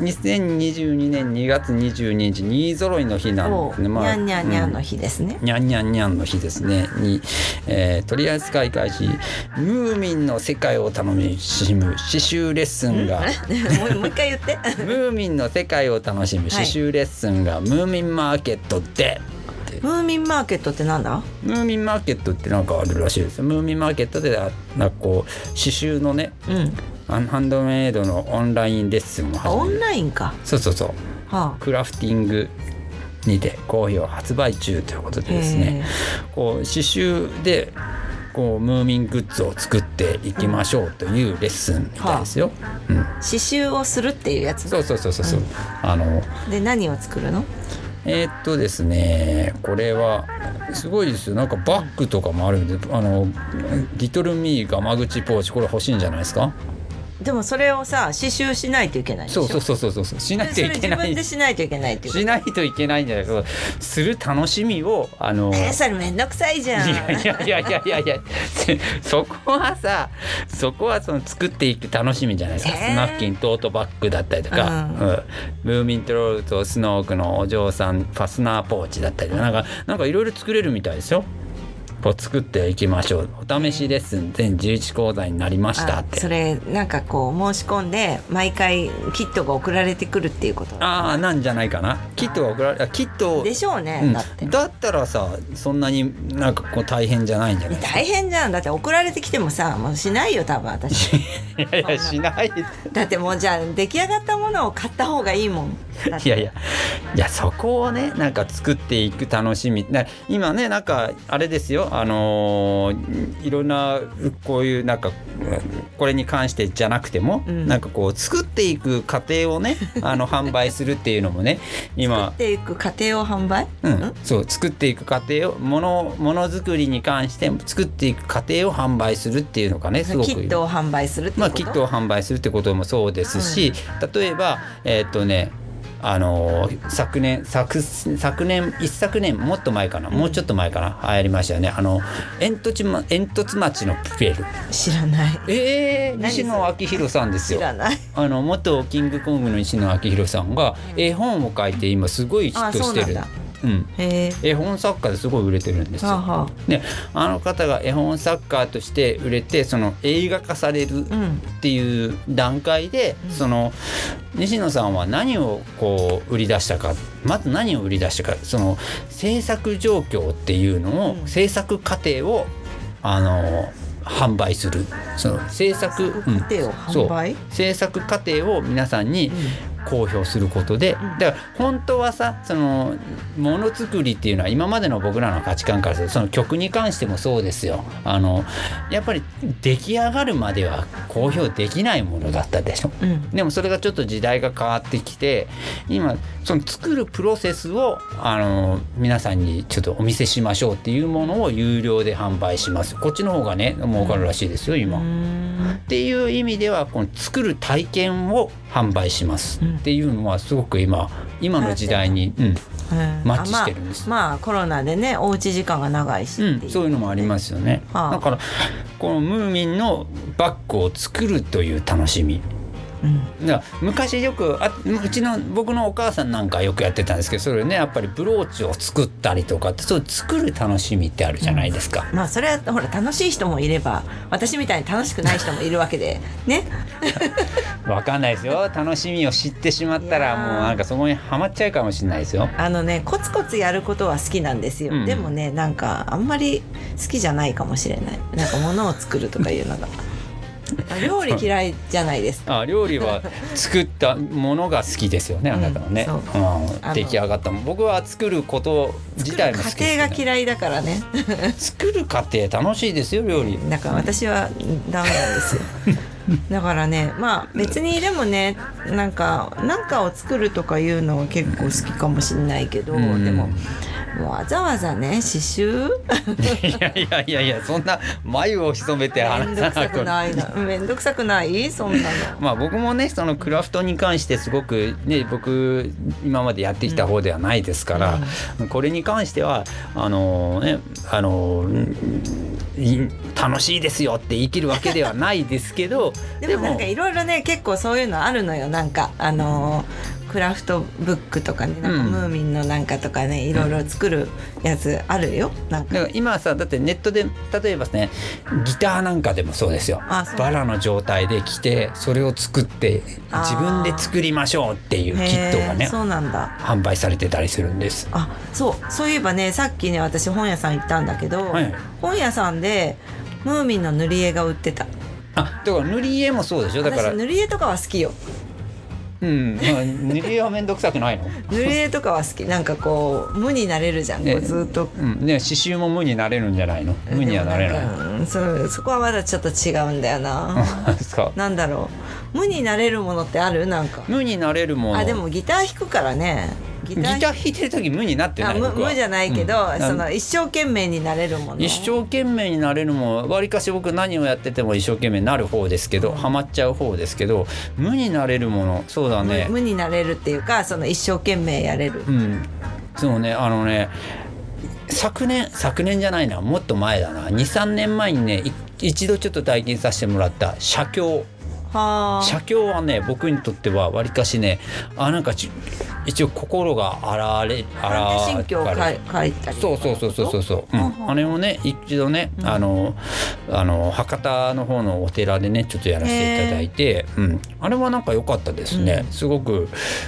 2022年2月22日2揃いの日なんですね。 にゃんにゃんにゃんの日ですね。 にゃんにゃんにゃんの日ですねに、取扱い開始、ムーミンの世界を楽しむ刺繍レッスンがもう一回言ってムーミンの世界を楽しむ刺繍レッスンがムーミンマーケットで、 ムーミンマーケットってなんだ？ ムーミンマーケットってなんかあるらしいですよ。ムーミンマーケットでなんかこう刺繍のね、ハンドメイドのオンラインレッスンも始める。 オンラインか。 そう、クラフティングにて好評発売中ということでですね、こう刺繍でこうムーミングッズを作っていきましょうというレッスンみたいですよ。 刺繍をするっていうやつ。 そう、 で何を作るの？ ですね、これはすごいですよ。なんかバッグとかもあるんで、リトルミーガマ口ポーチ、これ欲しいんじゃないですか。 でもそれをさ刺繍しないといけないでしょ。 そうしないといけない。 それ自分でしないといけないっていう。 しないといけないんじゃないですか。する楽しみをそれめんどくさいじゃん。 いやそこはその作っていく楽しみじゃないですか。スナフキントートバッグだったりとか、ムーミントロールとスノークのお嬢さんファスナーポーチだったりとか、なんかいろいろ作れるみたいですよ。作っていきましょう。お試しレッスン全11講座になりましたって。 それなんかこう申し込んで毎回キットが送られてくるっていうこと。 なんじゃないかな。キットが送られキットでしょうね。 だったらさ、そんなになんかこう大変じゃないんじゃないですか。 大変じゃん。だって送られてきてもさ、もうしないよ多分私。 いやしない。 だってもうじゃあ出来上がったものを買った方がいいもん。 いやそこをねなんか作っていく楽しみ。今ねなんかあれですよ。いろんなこういうなんかこれに関してじゃなくても、なんかこう作っていく過程をね販売するっていうのもね今作っていく過程を販売、 そう作っていく過程をものづくりに関して作っていく過程を販売するっていうのがねすごくキットを販売するってこと、 キットを販売するってこともそうですし、例えば昨年一昨年もっと前かな、もうちょっと前かな流行りましたよね。煙突町のプペル。 知らない。 西野昭弘さんですよ。 知らない。 元キングコングの西野昭弘さんが絵本を書いて今すごいヒットしてる。絵本作家ですごい売れてるんですよ。であの方が絵本作家として売れてその映画化されるっていう段階で、その西野さんは何をこう売り出したか、まず何を売り出したか、その制作状況っていうのを、制作過程を販売する。その制作過程を皆さんに公表することで、だから本当はさ、そのものづくりっていうのは今までの僕らの価値観からすると、その曲に関してもそうですよ。やっぱり出来上がるまでは公表できないものだったでしょ。でもそれがちょっと時代が変わってきて、今その作るプロセスを皆さんにちょっとお見せしましょうっていうものを有料で販売します。こっちの方がね儲かるらしいですよ今。っていう意味ではこの作る体験を販売しますっていうのはすごく今の時代に、マッチしてるんです。 コロナでねおうち時間が長いしっていう、 そういうのもありますよね。だからこのムーミンのバッグを作るという楽しみ、だから昔よく僕のお母さんなんかよくやってたんですけど、それねやっぱりブローチを作ったりとかって、そう作る楽しみってあるじゃないですか。 それはほら楽しい人もいれば私みたいに楽しくない人もいるわけでね。 わかんないですよ。楽しみを知ってしまったらもうなんかそこにはまっちゃうかもしれないですよ。 コツコツやることは好きなんですよ、でもねなんかあんまり好きじゃないかもしれない。なんか物を作るとかいうのが料理嫌いじゃないですか。 料理は作ったものが好きですよね、あなたはね。出来上がったもの、僕は作ること自体も好きです、 過程が嫌いだからね。 作る過程楽しいですよ料理。 だから私はダメなんですよ。だからね別にでもねなんかを作るとかいうのは結構好きかもしれないけど、でもわざわざね刺繍いやそんな眉を潜めて話さなくないな。 めんどくさくないそんなの。 僕もねそのクラフトに関してすごくね僕今までやってきた方ではないですから、これに関しては楽しいですよって言い切るわけではないですけどでもなんかいろいろね結構そういうのあるのよ。なんかクラフトブックとかね、なんかムーミンのなんかとかね、いろいろ作るやつあるよ。なんかだから今さ、だってネットで例えばね、ギターなんかでもそうですよ。バラの状態で来て、それを作って自分で作りましょうっていうキットがね、 そうなんだ、 販売されてたりするんです。 そういえばね、さっきね私本屋さん行ったんだけど、 はい、 本屋さんでムーミンの塗り絵が売ってた。 だから塗り絵もそうでしょ。だから私塗り絵とかは好きよ。 塗り絵はめんどくさくないの？ 塗り絵とかは好き。なんかこう無になれるじゃん、こうずっと、 ね、刺繍も無になれるんじゃないの？無にはなれない。 そこはまだちょっと違うんだよななんだろう、無になれるものってある？なんか無になれるもの、 でもギター弾くからね。 ギター弾いてる時無になってない。 無じゃないけど、その一生懸命になれるもの。 一生懸命になれるもの、わりかし僕何をやってても一生懸命になる方ですけど、ハマっちゃう方ですけど、無になれるもの、そうだね。 無になれるっていうか、その一生懸命やれる。 そうね、昨年じゃないな、もっと前だな、2、3年前にね、一度ちょっと体験させてもらった写経。写経はね、僕にとってはわりかしね、なんか一応心が心境を書いたり。 そう、あれもね一度ね、博多の方のお寺でねちょっとやらせていただいて、あれはなんか良かったですね。すごく、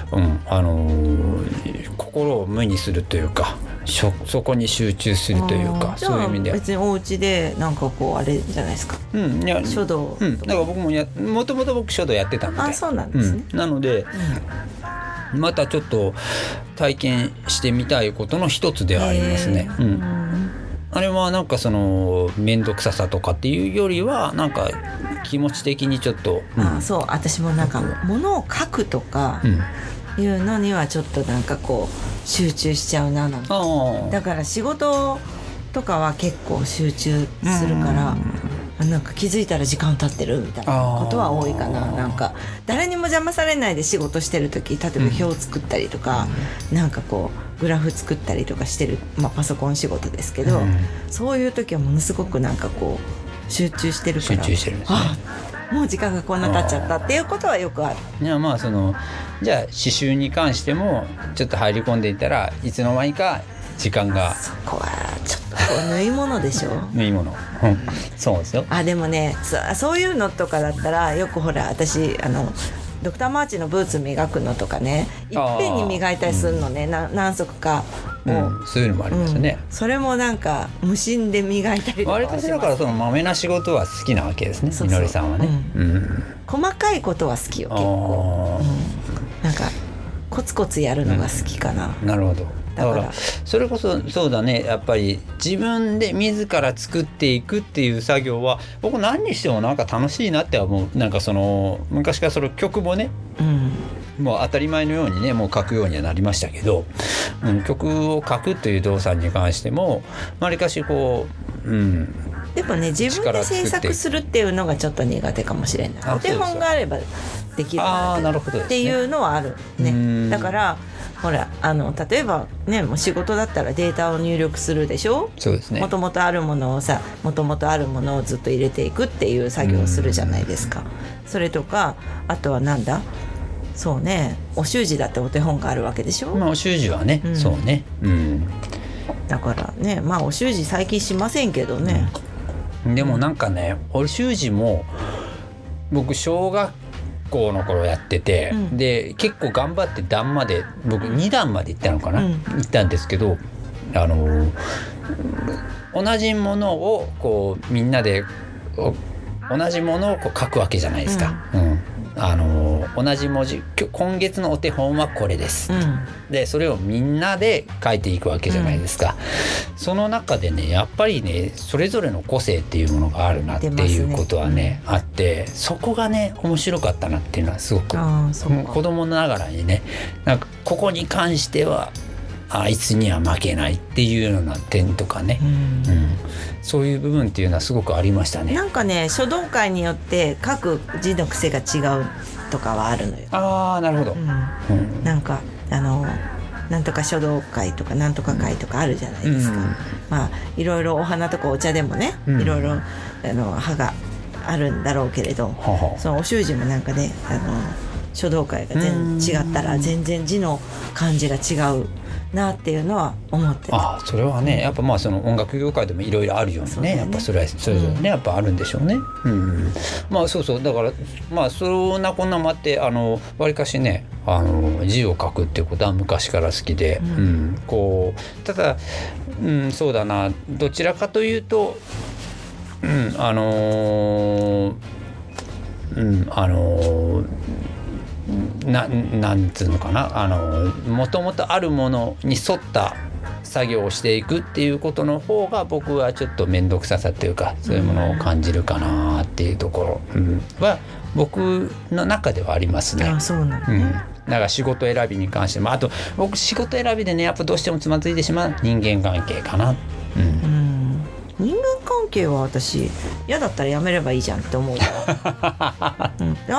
心を無にするというか、そこに集中するというか、そういう意味では別にお家でなんかこうあれじゃないですか。いや書道、 だから僕ももともと僕書道やってたので。 そうなんですね。 なので、またちょっと体験してみたいことの一つではありますね。あれはなんかその面倒くささとかっていうよりは、なんか気持ち的にちょっと、 そう、私もなんか物を書くとかいうのにはちょっとなんかこう集中しちゃうな。だから仕事とかは結構集中するから、なんか気づいたら時間経ってるみたいなことは多いかな。なんか誰にも邪魔されないで仕事してる時、例えば表を作ったりとか、なんかこうグラフ作ったりとかしてる、パソコン仕事ですけど、そういう時はものすごくなんかこう集中してるから、 集中してるんですね。 もう時間がこんな経っちゃったっていうことはよくある。 じゃあじゃあ刺繍に関してもちょっと入り込んでいたらいつの間にか時間が、 そこはちょっと縫い物でしょ縫い物そうですよ。 でもね、そういうのとかだったらよくほら、私ドクターマーチのブーツ磨くのとかね、いっぺんに磨いたりするのね、何足かを、 そういうのもありますよね。 それもなんか無心で磨いたりとか割とだからそのまめな仕事は好きなわけですね、みのりさんはね。 細かいことは好きよ結構。なんかコツコツやるのが好きかな。 なるほど。だからそれこそそうだね、やっぱり自分で自ら作っていくっていう作業は僕何にしてもなんか楽しいなって思う。なんかその昔からその曲もね、もう当たり前のようにねもう書くようにはなりましたけど、曲を書くという動作に関してもわりかしこう、 でもね、自分で制作するっていうのがちょっと苦手かもしれない。お手本があればできるんだけどっていうのはあるね。だからほら例えばね、もう仕事だったらデータを入力するでしょ。 そうですね。 もともとあるものをずっと入れていくっていう作業をするじゃないですか。それとかあとはなんだ、そうね、お習字だってお手本があるわけでしょ。 お習字はね、そうね、 だからね、お習字最近しませんけどね、 でもなんかね、お習字も僕小学校の頃やってて、で結構頑張って段まで、僕2段まで行ったのかな、行ったんですけど、同じものをこうみんなで同じものをこう書くわけじゃないですか。同じ文字、今月のお手本はこれです、でそれをみんなで書いていくわけじゃないですか。その中でね、やっぱりねそれぞれの個性っていうものがあるなっていうことはね、あって、そこがね面白かったなっていうのはすごく子供ながらにね、なんかここに関してはあいつには負けないっていうような点とかね、そういう部分っていうのはすごくありましたね。 なんかね、書道会によって書く字の癖が違うとかはあるのよ。 なるほど。 なんかなんとか書道会とかなんとか会とかあるじゃないですか、まあいろいろお花とかお茶でもね、いろいろ葉があるんだろうけれど、そのお習字もなんかね書道会が全然違ったら全然字の感じが違うなっていうのは思ってた。 それはねやっぱまあその音楽業界でもいろいろあるようにね、やっぱそれはそれぞれね、やっぱあるんでしょうね。まあそうだからまあそんなこんなもあってわりかしね字を書くっていうことは昔から好きで、こうただ、そうだな、どちらかというとなんつうのかな、もともとあるものに沿った作業をしていくっていうことの方が僕はちょっと面倒くささっていうかそういうものを感じるかなっていうところ、は僕の中ではありますね。 そうなんだね。 だから仕事選びに関してもあと僕仕事選びでねやっぱどうしてもつまずいてしまう人間関係かな。 人間関係は私嫌だったらやめればいいじゃんって思うから、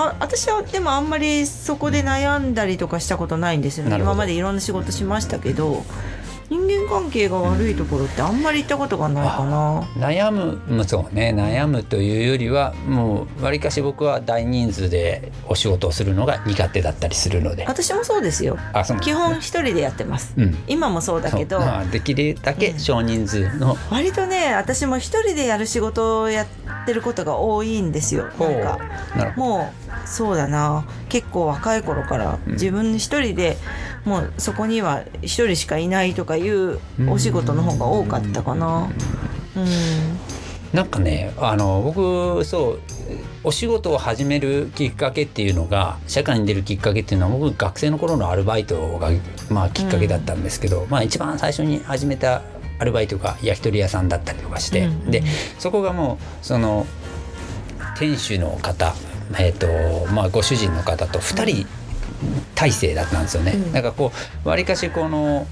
私はでもあんまりそこで悩んだりとかしたことないんですよね。今までいろんな仕事しましたけど人間関係が悪いところってあんまり行ったことがないかな。 悩むというよりはもうわりかし僕は大人数でお仕事をするのが苦手だったりするので。 私もそうですよ。基本一人でやってます、今もそうだけどできるだけ少人数の、 割とね私も一人でやる仕事をやってることが多いんですよ。なんかもうそうだな、結構若い頃から自分一人でもうそこには一人しかいないとかいうお仕事の方が多かったかな。 なんかね僕お仕事を始めるきっかけっていうのが社会に出るきっかけっていうのは僕学生の頃のアルバイトがきっかけだったんですけど、一番最初に始めたアルバイトが焼き鳥屋さんだったりとかして、でそこがもうその店主の方、ご主人の方と2人体制だったんですよね。だからこうわりかしこの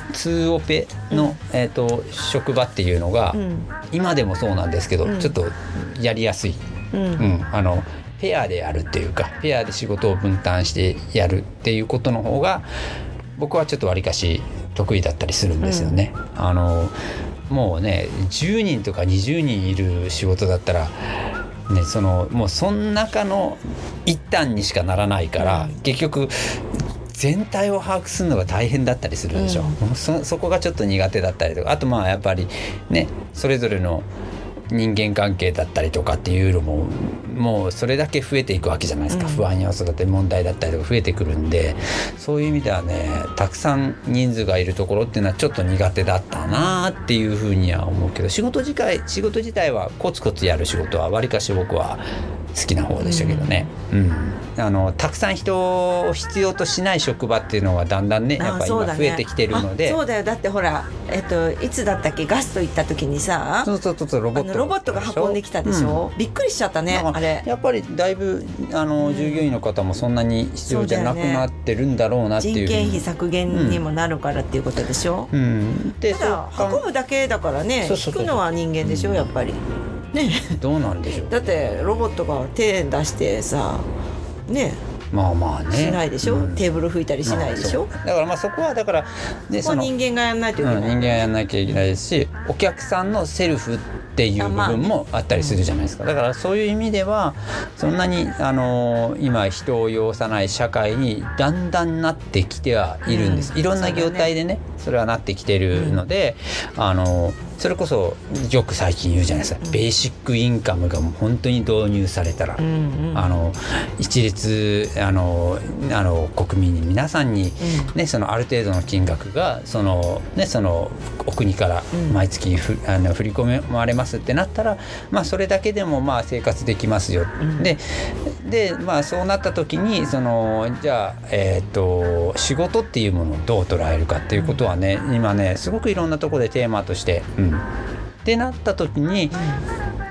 2オペの、職場っていうのが、今でもそうなんですけど、ちょっとやりやすい、ペアでやるっていうかペアで仕事を分担してやるっていうことの方が僕はちょっとわりかし得意だったりするんですよね。もうね10人とか20人いる仕事だったらね、もうその中の一端にしかならないから、結局全体を把握するのが大変だったりするでしょ、そこがちょっと苦手だったりとか、あとやっぱりねそれぞれの人間関係だったりとかっていうのももうそれだけ増えていくわけじゃないですか、不安要素だったり問題だったりとか増えてくるんで、そういう意味ではねたくさん人数がいるところっていうのはちょっと苦手だったなっていうふうには思うけど、仕事自体はコツコツやる仕事はわりかし僕は好きな方でしたけどね、たくさん人を必要としない職場っていうのはだんだんねやっぱり今増えてきてるので。 そうだよ、だってほら、いつだったっけガスト行った時にさロボットが運んできたでしょ、びっくりしちゃったね。あれやっぱりだいぶ従業員の方もそんなに必要じゃなくなってるんだろうなっていう、 人件費削減にもなるからっていうことでしょ、 でただ運ぶだけだからね、引くのは人間でしょ、やっぱりね。 どうなんでしょう。 だってロボットが手出してさねしないでしょ、テーブル拭いたりしないでしょ、 だからそこはだから、ね、 そこは人間がやんないといけない、 人間がやんなきゃいけないですし、お客さんのセルフっていう部分もあったりするじゃないですか。だからそういう意味ではそんなに今人を要さない社会にだんだんなってきてはいるんです、いろんな業態でねそれはなってきてるので、それこそよく最近言うじゃないですか、ベーシックインカムがもう本当に導入されたら、一律国民に皆さんに、そのある程度の金額がそのお国から毎月振り込まれますってなったら、それだけでも生活できますよ、でそうなった時にじゃあ、仕事っていうものをどう捉えるかっていうことはね、今ねすごくいろんなところでテーマとして、ってなった時に、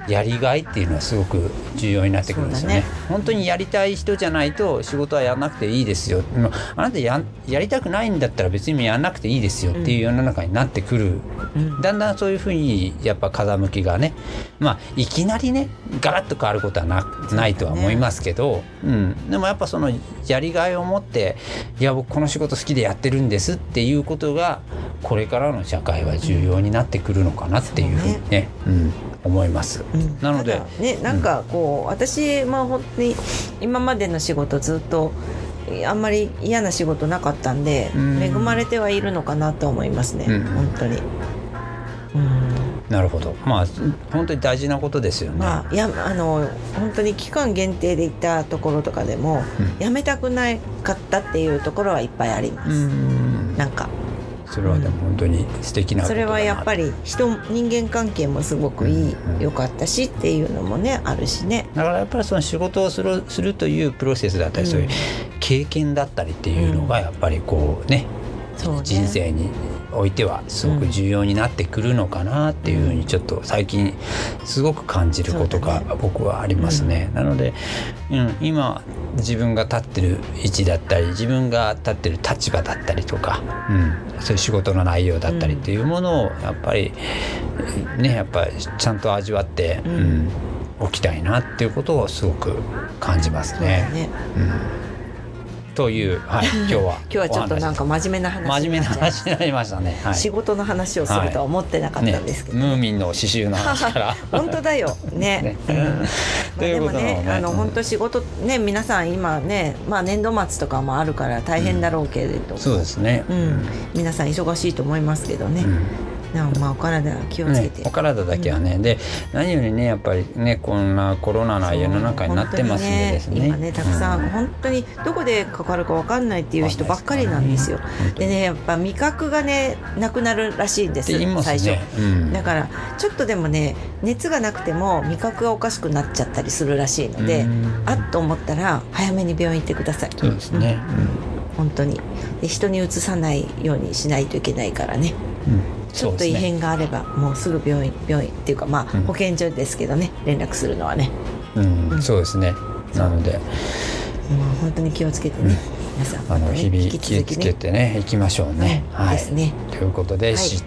やりがいっていうのはすごく重要になってくるんですよね。本当にやりたい人じゃないと仕事はやらなくていいですよ、あなたやりたくないんだったら別にやらなくていいですよっていう世の中になってくる、だんだんそういうふうにやっぱ風向きがね、いきなりねガラッと変わることはないとは思いますけど、でもやっぱそのやりがいを持って、いや僕この仕事好きでやってるんですっていうことがこれからの社会は重要になってくるのかなっていうふうにね、思います。なのでね、なんかこう、私本当に今までの仕事ずっとあんまり嫌な仕事なかったんで、恵まれてはいるのかなと思いますね、本当に。 なるほど。本当に大事なことですよね。 本当に期間限定で行ったところとかでも、辞めたくなかったっていうところはいっぱいあります。なんかそれはでも本当に素敵なことだな。 それはやっぱり人間関係もすごく良かったしっていうのもねあるしね。 だからやっぱりその仕事をするというプロセスだったり、そういう経験だったりっていうのがやっぱりこうね、人生においてはすごく重要になってくるのかなっていうふうにちょっと最近すごく感じることが僕はありますね。なので、今自分が立ってる位置だったり、自分が立ってる立場だったりとか、そういう仕事の内容だったりっていうものをやっぱりね、やっぱりちゃんと味わって、おきたいなっていうことをすごく感じますね。という、今日はちょっとなんか真面目な話になりましたね。 仕事の話をするとは思ってなかったんですけど、 ムーミンの刺繍の話から本当だよね。でもね、本当仕事ね、皆さん今ね、年度末とかもあるから大変だろうけれど、 そうですね、 皆さん忙しいと思いますけどね、お体気をつけて、 お体だけはね、で何よりねやっぱりね、こんなコロナの世の中になってますんでですね、 今ねたくさん、本当にどこでかかるか分かんないっていう人ばっかりなんですよ。でね、やっぱ味覚がねなくなるらしいんです、最初。だからちょっとでもね熱がなくても味覚がおかしくなっちゃったりするらしいので、あっと思ったら早めに病院行ってください。 そうですね、 本当に。で人にうつさないようにしないといけないからね。ちょっと異変があればもうすぐ病院っていうか、保健所ですけどね、連絡するのはね。 そうですね。なので本当に気をつけてね、皆さん日々気をつけてね、いきましょうね。 ですね。 ということでした。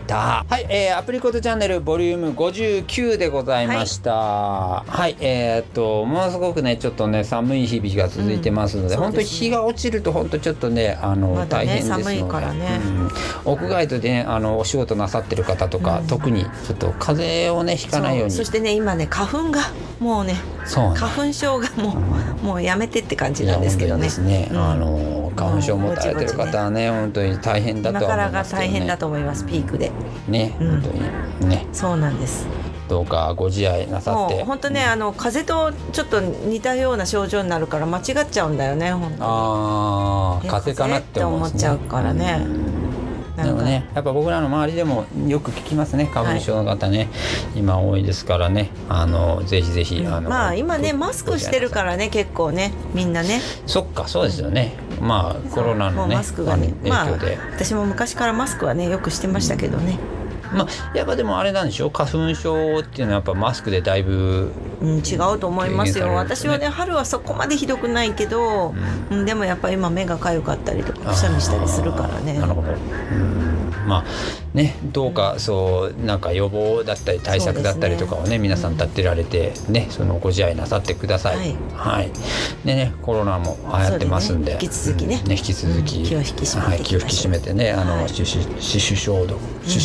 アプリコットチャンネルボリューム59でございました。ものすごくねちょっとね寒い日々が続いてますので、本当に日が落ちると本当ちょっとね大変ですので、 寒いからね。 屋外でねお仕事なさってる方とか、特にちょっと風邪をねひかないように。 そしてね今ね花粉がもうね、花粉症がもうやめてって感じなんですけどね。花粉症を持たれてる方はね本当に大変だとは思いますけどね。 今からが大変だと思います、ピークでね、本当にね。 そうなんです。 どうかご自愛なさって。 もう本当ね、風邪とちょっっと似たような症状になるから間違っちゃうんだよね、本当に。 ああ、風邪かなって思うんですね。 思っちゃうからね。 でもね、やっぱ僕らの周りでもよく聞きますね、花粉症の方ね、今多いですからね、ぜひぜひまあ今ねマスクしてるからね、結構ねみんなね。 そっか、そうですよね。まあコロナのねマスクがね、 影響で、 私も昔からマスクはねよくしてましたけどね。 まあ、やっぱでもあれなんでしょう、花粉症っていうのはやっぱマスクでだいぶ、 違うと思いますよ。私はね春はそこまでひどくないけど、でもやっぱ今目が痒かったりとかくしゃみしたりするからね。 なるほど。まあね、どうかそうなんか予防だったり対策だったりとかをね、皆さん立ってられてね、そのご自愛なさってください。はい。でね、コロナも流行ってますんで、 引き続きね、 引き続き気を引き締めていきましょう。 気を引き締めてね、手指消毒、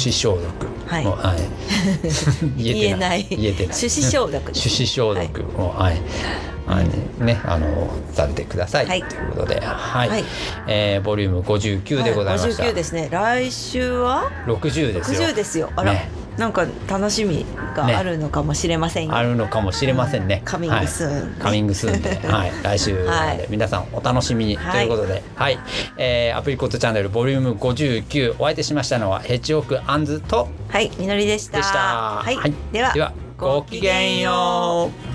言えない。手指消毒。 手指消毒をね、されてください、ということで、ボリューム59でございました。 59ですね。来週は 60ですよ。 60ですよ。あら、なんか楽しみがあるのかもしれませんよ。 あるのかもしれませんね。 カミングスーン。 カミングスーンで、来週まで皆さんお楽しみにということで、アプリコットチャンネルボリューム59、お相手しましたのはヘチオクアンズとみのりでした。ではごきげんよう。